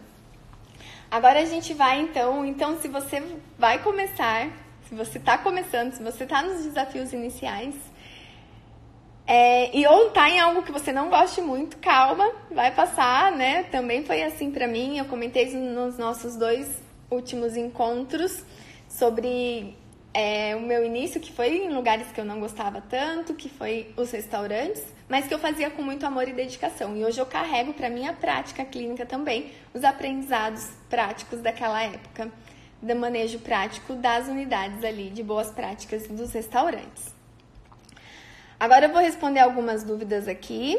[SPEAKER 1] Agora a gente vai então, então se você vai começar, se você está começando, se você está nos desafios iniciais, é, e ou tá em algo que você não goste muito, calma, vai passar, né? Também foi assim pra mim, eu comentei nos nossos dois últimos encontros sobre é, o meu início, que foi em lugares que eu não gostava tanto, que foi os restaurantes, mas que eu fazia com muito amor e dedicação. E hoje eu carrego pra minha prática clínica também os aprendizados práticos daquela época, do manejo prático das unidades ali, de boas práticas dos restaurantes. Agora eu vou responder algumas dúvidas aqui.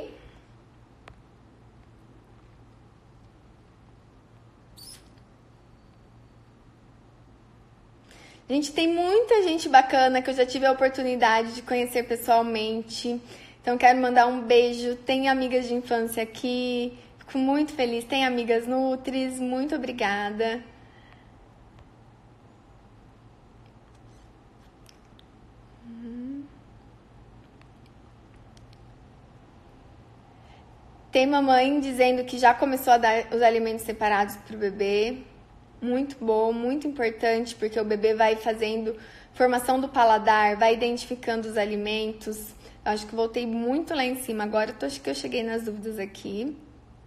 [SPEAKER 1] Gente, tem muita gente bacana que eu já tive a oportunidade de conhecer pessoalmente. Então, quero mandar um beijo. Tem amigas de infância aqui. Fico muito feliz. Tem amigas Nutris. Muito obrigada. Tem mamãe dizendo que já começou a dar os alimentos separados para o bebê. Muito bom, muito importante, porque o bebê vai fazendo formação do paladar, vai identificando os alimentos. Eu acho que voltei muito lá em cima. Agora eu acho que eu cheguei nas dúvidas aqui.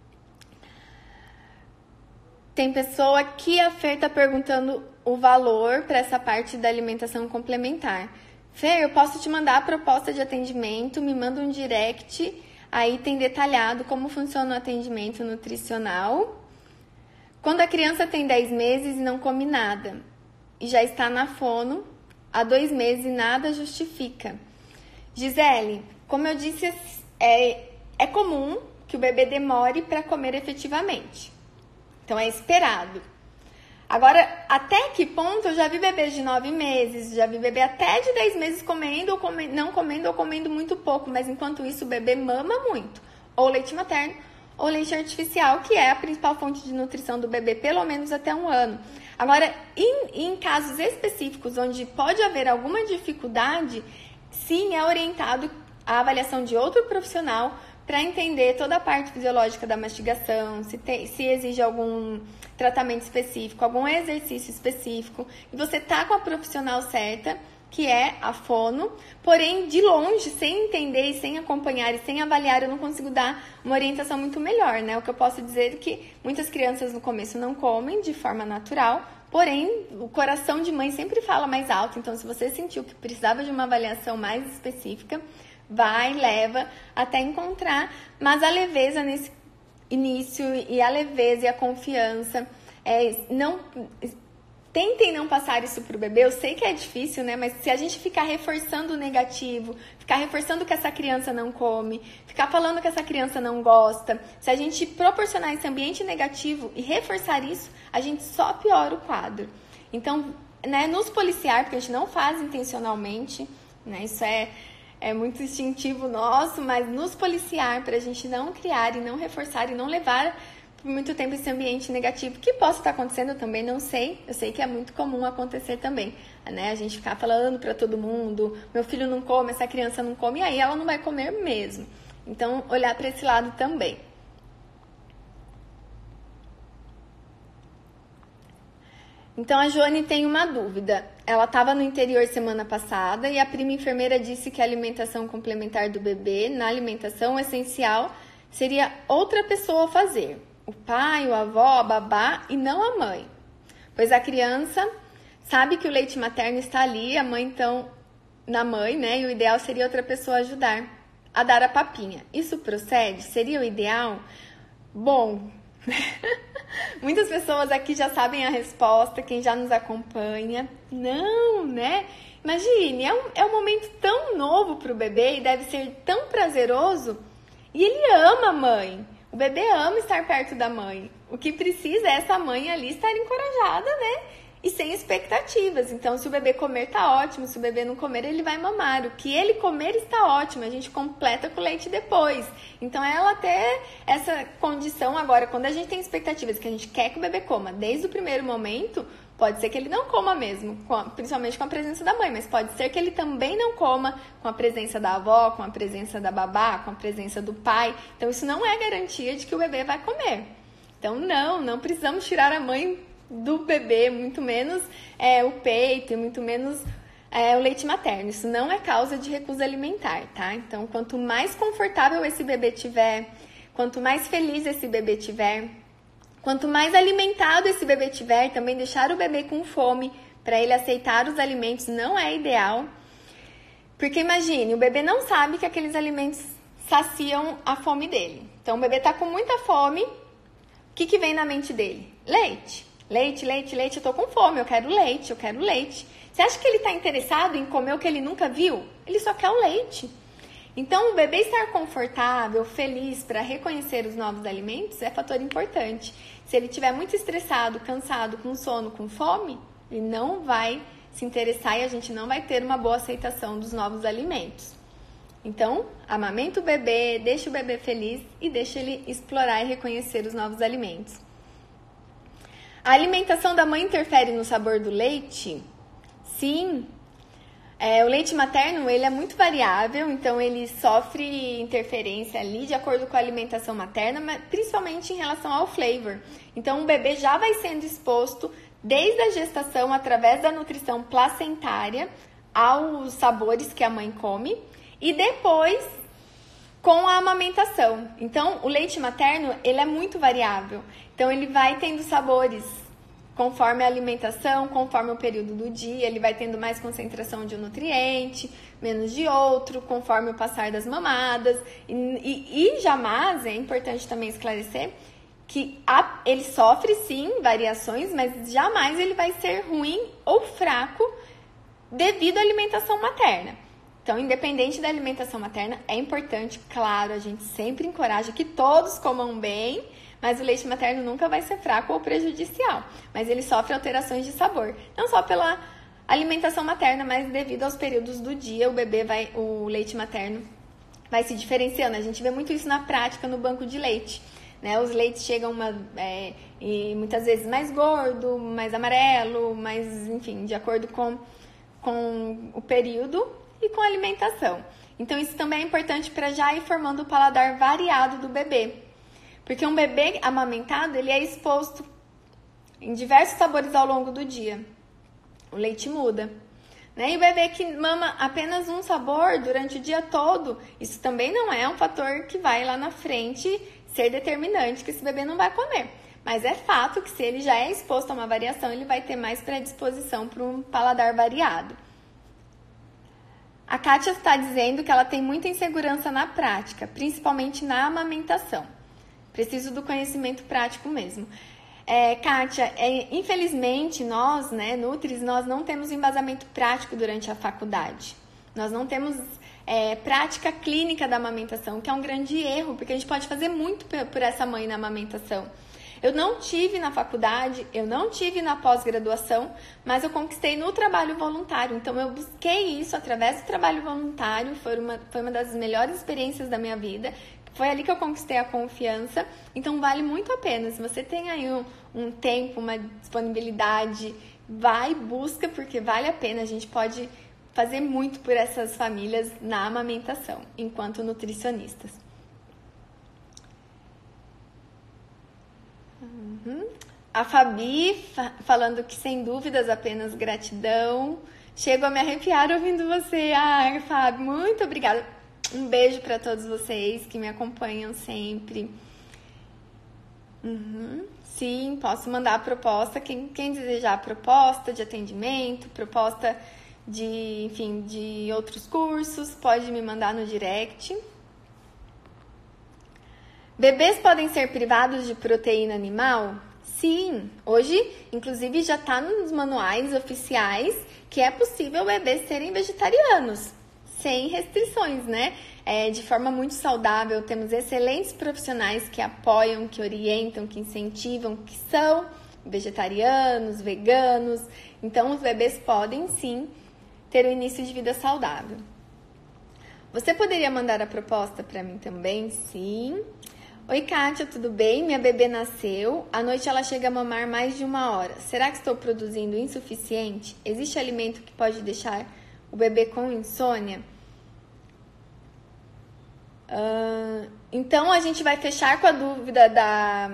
[SPEAKER 1] Tem pessoa que a Fer está perguntando o valor para essa parte da alimentação complementar. Fer, eu posso te mandar a proposta de atendimento, me manda um direct. Aí tem detalhado como funciona o atendimento nutricional. Quando a criança tem dez meses e não come nada, e já está na fono há dois meses e nada justifica. Gisele, como eu disse, é, é comum que o bebê demore para comer efetivamente. Então é esperado. Agora, até que ponto eu já vi bebês de nove meses, já vi bebê até de dez meses comendo, ou come, não comendo ou comendo muito pouco, mas enquanto isso o bebê mama muito. Ou leite materno, ou leite artificial, que é a principal fonte de nutrição do bebê, pelo menos até um ano. Agora, em, em casos específicos onde pode haver alguma dificuldade, sim, é orientado a avaliação de outro profissional para entender toda a parte fisiológica da mastigação, se, tem, se exige algum tratamento específico, algum exercício específico, e você tá com a profissional certa, que é a fono, porém, de longe, sem entender e sem acompanhar e sem avaliar, eu não consigo dar uma orientação muito melhor, né? O que eu posso dizer é que muitas crianças no começo não comem de forma natural, Porém, o coração de mãe sempre fala mais alto, então se você sentiu que precisava de uma avaliação mais específica, vai, leva, até encontrar, mas a leveza nesse início e a leveza e a confiança, é, não... Tentem não passar isso pro bebê, eu sei que é difícil, né? Mas se a gente ficar reforçando o negativo, ficar reforçando que essa criança não come, ficar falando que essa criança não gosta, se a gente proporcionar esse ambiente negativo e reforçar isso, a gente só piora o quadro. Então, né, nos policiar, porque a gente não faz intencionalmente, né? Isso é, é muito instintivo nosso, mas nos policiar pra gente não criar e não reforçar e não levar por muito tempo esse ambiente negativo, que possa estar acontecendo, eu também não sei, eu sei que é muito comum acontecer também, né, a gente ficar falando para todo mundo, meu filho não come, essa criança não come, e aí ela não vai comer mesmo, então olhar para esse lado também. Então a Joane tem uma dúvida, ela estava no interior semana passada e a prima enfermeira disse que a alimentação complementar do bebê, na alimentação essencial, seria outra pessoa fazer. O pai, o avó, a babá e não a mãe. Pois a criança sabe que o leite materno está ali, a mãe então, na mãe, né? E o ideal seria outra pessoa ajudar a dar a papinha. Isso procede? Seria o ideal? Bom, muitas pessoas aqui já sabem a resposta, quem já nos acompanha. Não, né? Imagine, é um, é um momento tão novo para o bebê e deve ser tão prazeroso. E ele ama a mãe. O bebê ama estar perto da mãe. O que precisa é essa mãe ali estar encorajada, né? E sem expectativas. Então, se o bebê comer, tá ótimo. Se o bebê não comer, ele vai mamar. O que ele comer está ótimo. A gente completa com leite depois. Então, ela ter essa condição agora, quando a gente tem expectativas que a gente quer que o bebê coma desde o primeiro momento, pode ser que ele não coma mesmo, com a, principalmente com a presença da mãe, mas pode ser que ele também não coma com a presença da avó, com a presença da babá, com a presença do pai. Então, isso não é garantia de que o bebê vai comer. Então, não, não precisamos tirar a mãe do bebê, muito menos é, o peito, muito menos é, o leite materno. Isso não é causa de recusa alimentar, tá? Então, quanto mais confortável esse bebê tiver, quanto mais feliz esse bebê tiver, quanto mais alimentado esse bebê tiver, também deixar o bebê com fome para ele aceitar os alimentos não é ideal. Porque imagine, o bebê não sabe que aqueles alimentos saciam a fome dele. Então o bebê está com muita fome, o que, que vem na mente dele? Leite. Leite, leite, leite, eu tô com fome, eu quero leite, eu quero leite. Você acha que ele está interessado em comer o que ele nunca viu? Ele só quer o leite. Então, o bebê estar confortável, feliz para reconhecer os novos alimentos é fator importante. Se ele estiver muito estressado, cansado, com sono, com fome, ele não vai se interessar e a gente não vai ter uma boa aceitação dos novos alimentos. Então, amamenta o bebê, deixa o bebê feliz e deixa ele explorar e reconhecer os novos alimentos. A alimentação da mãe interfere no sabor do leite? Sim. É, o leite materno, ele é muito variável, então ele sofre interferência ali de acordo com a alimentação materna, mas principalmente em relação ao flavor. Então, o bebê já vai sendo exposto desde a gestação, através da nutrição placentária, aos sabores que a mãe come e depois com a amamentação. Então, o leite materno, ele é muito variável. Então, ele vai tendo sabores conforme a alimentação, conforme o período do dia, ele vai tendo mais concentração de um nutriente, menos de outro, conforme o passar das mamadas. E, e, e jamais, é importante também esclarecer, que a, ele sofre sim variações, mas jamais ele vai ser ruim ou fraco devido à alimentação materna. Então, independente da alimentação materna, é importante, claro, a gente sempre encoraja que todos comam bem, mas o leite materno nunca vai ser fraco ou prejudicial. Mas ele sofre alterações de sabor, não só pela alimentação materna, mas devido aos períodos do dia, o bebê vai, o leite materno vai se diferenciando. A gente vê muito isso na prática no banco de leite, né? Os leites chegam uma, é, e muitas vezes mais gordo, mais amarelo, mais, enfim, de acordo com, com o período e com a alimentação. Então, isso também é importante para já ir formando o paladar variado do bebê. Porque um bebê amamentado, ele é exposto em diversos sabores ao longo do dia. O leite muda, né? E o bebê que mama apenas um sabor durante o dia todo, isso também não é um fator que vai lá na frente ser determinante que esse bebê não vai comer. mas é fato que se ele já é exposto a uma variação, ele vai ter mais predisposição para um paladar variado. A Kátia está dizendo que ela tem muita insegurança na prática, principalmente na amamentação. Preciso do conhecimento prático mesmo. É, Kátia, é, infelizmente nós, né, Nutris, nós não temos embasamento prático durante a faculdade. Nós não temos é, prática clínica da amamentação, que é um grande erro, porque a gente pode fazer muito por essa mãe na amamentação. Eu não tive na faculdade, eu não tive na pós-graduação, mas eu conquistei no trabalho voluntário. Então, eu busquei isso através do trabalho voluntário, foi uma, foi uma das melhores experiências da minha vida. Foi ali que eu conquistei a confiança. Então, vale muito a pena. Se você tem aí um, um tempo, uma disponibilidade, vai, busca, porque vale a pena. A gente pode fazer muito por essas famílias na amamentação, enquanto nutricionistas. Uhum. A Fabi fa- falando que sem dúvidas apenas gratidão. Chego a me arrepiar ouvindo você. Ai, Fabi, muito obrigada. Um beijo para todos vocês que me acompanham sempre. Uhum. Sim, posso mandar a proposta. Quem, quem desejar a proposta de atendimento, proposta de, enfim, de outros cursos, pode me mandar no direct. Bebês podem ser privados de proteína animal? Sim, hoje, inclusive, já está nos manuais oficiais que é possível bebês serem vegetarianos, sem restrições, né? É, de forma muito saudável, temos excelentes profissionais que apoiam, que orientam, que incentivam, que são vegetarianos, veganos. Então, os bebês podem, sim, ter um início de vida saudável. Você poderia mandar a proposta para mim também? Sim. Oi, Kátia, tudo bem? Minha bebê nasceu. À noite ela chega a mamar mais de uma hora. Será que estou produzindo insuficiente? Existe alimento que pode deixar o bebê com insônia? Uh, então, a gente vai fechar com a dúvida da,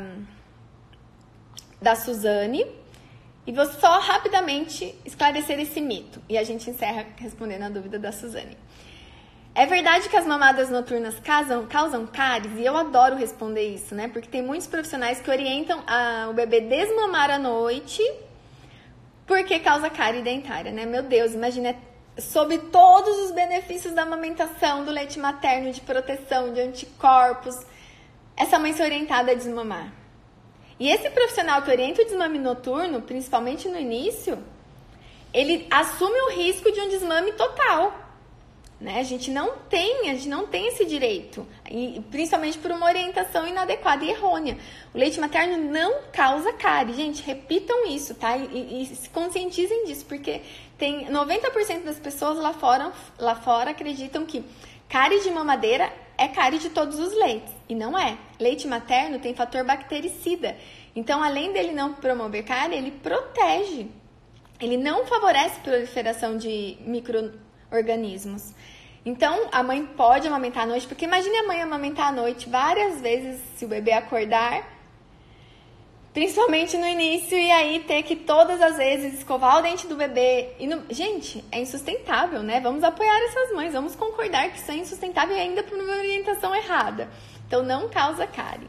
[SPEAKER 1] da Suzane. E vou só rapidamente esclarecer esse mito. E a gente encerra respondendo a dúvida da Suzane. É verdade que as mamadas noturnas causam, causam cáries? E eu adoro responder isso, né? Porque tem muitos profissionais que orientam a, o bebê desmamar à noite porque causa cárie dentária, né? Meu Deus, imagina, sob todos os benefícios da amamentação, do leite materno, de proteção, de anticorpos, essa mãe ser orientada a desmamar. E esse profissional que orienta o desmame noturno, principalmente no início, ele assume o risco de um desmame total. Né? A gente não tem, a gente não tem esse direito, e principalmente por uma orientação inadequada e errônea. O leite materno não causa cárie, gente, repitam isso, tá? E, e, e se conscientizem disso, porque tem noventa por cento das pessoas lá fora, lá fora acreditam que cárie de mamadeira é cárie de todos os leites, e não é. Leite materno tem fator bactericida, então além dele não promover cárie, ele protege, ele não favorece a proliferação de micro-organismos. Então, a mãe pode amamentar à noite, porque imagine a mãe amamentar à noite várias vezes se o bebê acordar, principalmente no início, e aí ter que todas as vezes escovar o dente do bebê. E no... Gente, é insustentável, né? Vamos apoiar essas mães, vamos concordar que isso é insustentável e ainda por uma orientação errada. Então, não causa cárie.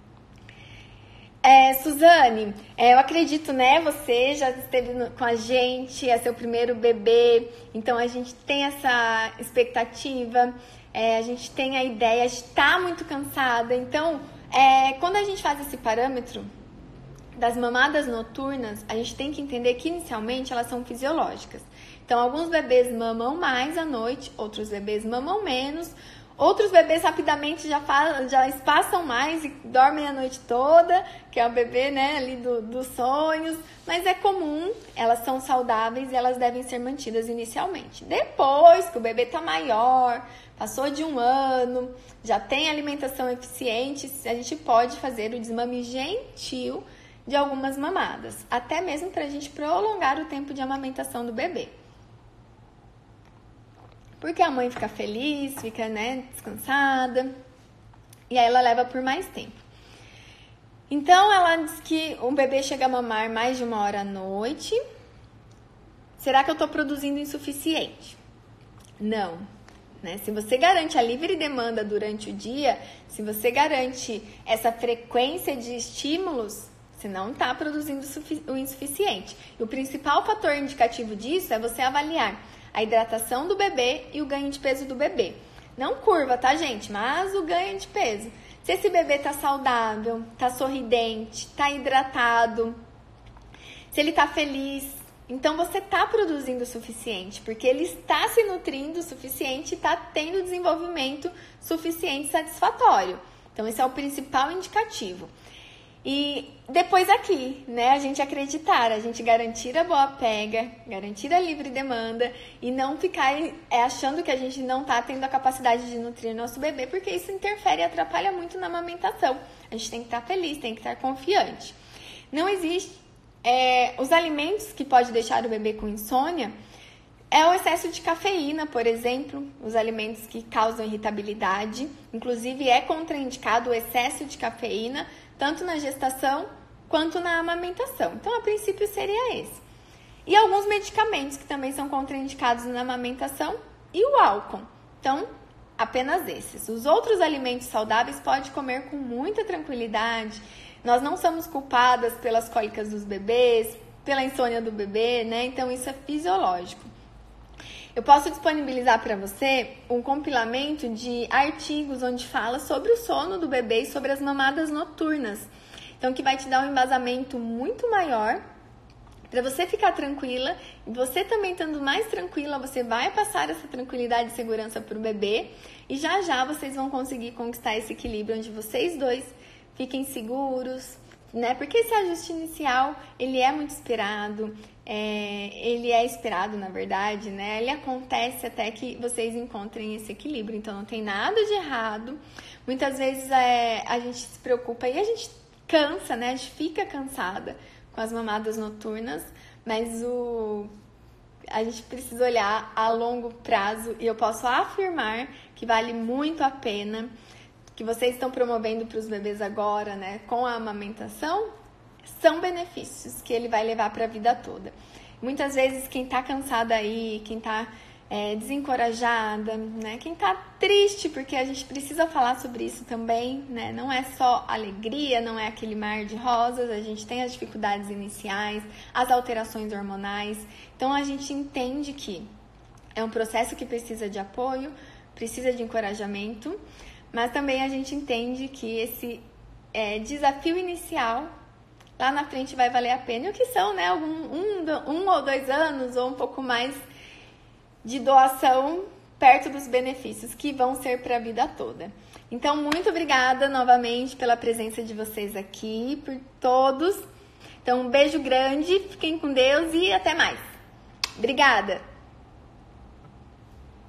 [SPEAKER 1] É, Suzane, é, eu acredito, né, você já esteve no, com a gente, é seu primeiro bebê, então a gente tem essa expectativa, é, a gente tem a ideia, a gente tá muito cansada, então é, quando a gente faz esse parâmetro das mamadas noturnas, a gente tem que entender que inicialmente elas são fisiológicas. Então alguns bebês mamam mais à noite, outros bebês mamam menos. Outros bebês rapidamente já, faz, já espaçam mais e dormem a noite toda, que é o bebê, né, ali do, dos sonhos. Mas é comum, elas são saudáveis e elas devem ser mantidas inicialmente. Depois que o bebê tá maior, passou de um ano, já tem alimentação eficiente, a gente pode fazer o desmame gentil de algumas mamadas. Até mesmo para a gente prolongar o tempo de amamentação do bebê. Porque a mãe fica feliz, fica, né, descansada, e aí ela leva por mais tempo. Então, ela diz que o bebê chega a mamar mais de uma hora à noite. Será que eu estou produzindo insuficiente? Não. Né? Se você garante a livre demanda durante o dia, se você garante essa frequência de estímulos, Você não está produzindo o insuficiente. E o principal fator indicativo disso é você avaliar a hidratação do bebê e o ganho de peso do bebê. Não curva, tá, gente? Mas o ganho de peso. Se esse bebê tá saudável, tá sorridente, tá hidratado, se ele tá feliz, então você tá produzindo o suficiente, porque ele está se nutrindo o suficiente e tá tendo desenvolvimento suficiente e satisfatório. Então, esse é o principal indicativo. E depois aqui, né, a gente acreditar, a gente garantir a boa pega, garantir a livre demanda e não ficar é, achando que a gente não tá tendo a capacidade de nutrir nosso bebê, porque isso interfere e atrapalha muito na amamentação. A gente tem que estar feliz, tem que estar confiante. Não existe... É, os alimentos que pode deixar o bebê com insônia é o excesso de cafeína, por exemplo, os alimentos que causam irritabilidade. Inclusive, é contraindicado o excesso de cafeína, tanto na gestação quanto na amamentação. Então, a princípio, seria esse. E alguns medicamentos que também são contraindicados na amamentação e o álcool. Então, apenas esses. Os outros alimentos saudáveis pode comer com muita tranquilidade. Nós não somos culpadas pelas cólicas dos bebês, pela insônia do bebê, né? Então, isso é fisiológico. Eu posso disponibilizar para você um compilamento de artigos onde fala sobre o sono do bebê e sobre as mamadas noturnas. Então, que vai te dar um embasamento muito maior para você ficar tranquila. E você também estando mais tranquila, você vai passar essa tranquilidade e segurança para o bebê. E já já vocês vão conseguir conquistar esse equilíbrio onde vocês dois fiquem seguros, né? Porque esse ajuste inicial, ele é muito esperado, é, ele é esperado, na verdade, né? Ele acontece até que vocês encontrem esse equilíbrio, então não tem nada de errado. Muitas vezes é, a gente se preocupa e a gente cansa, né? A gente fica cansada com as mamadas noturnas, mas o... a gente precisa olhar a longo prazo e eu posso afirmar que vale muito a pena, que vocês estão promovendo para os bebês agora, né, com a amamentação, são benefícios que ele vai levar para a vida toda. Muitas vezes quem está cansada aí, quem está é, desencorajada, né, quem está triste, porque a gente precisa falar sobre isso também, né, não é só alegria, não é aquele mar de rosas, a gente tem as dificuldades iniciais, as alterações hormonais, então a gente entende que é um processo que precisa de apoio, precisa de encorajamento, mas também a gente entende que esse é, desafio inicial lá na frente vai valer a pena. E o que são, né? Algum, um, um ou dois anos ou um pouco mais de doação perto dos benefícios que vão ser para a vida toda. Então, muito obrigada novamente pela presença de vocês aqui, por todos. Então, um beijo grande, fiquem com Deus e até mais. Obrigada!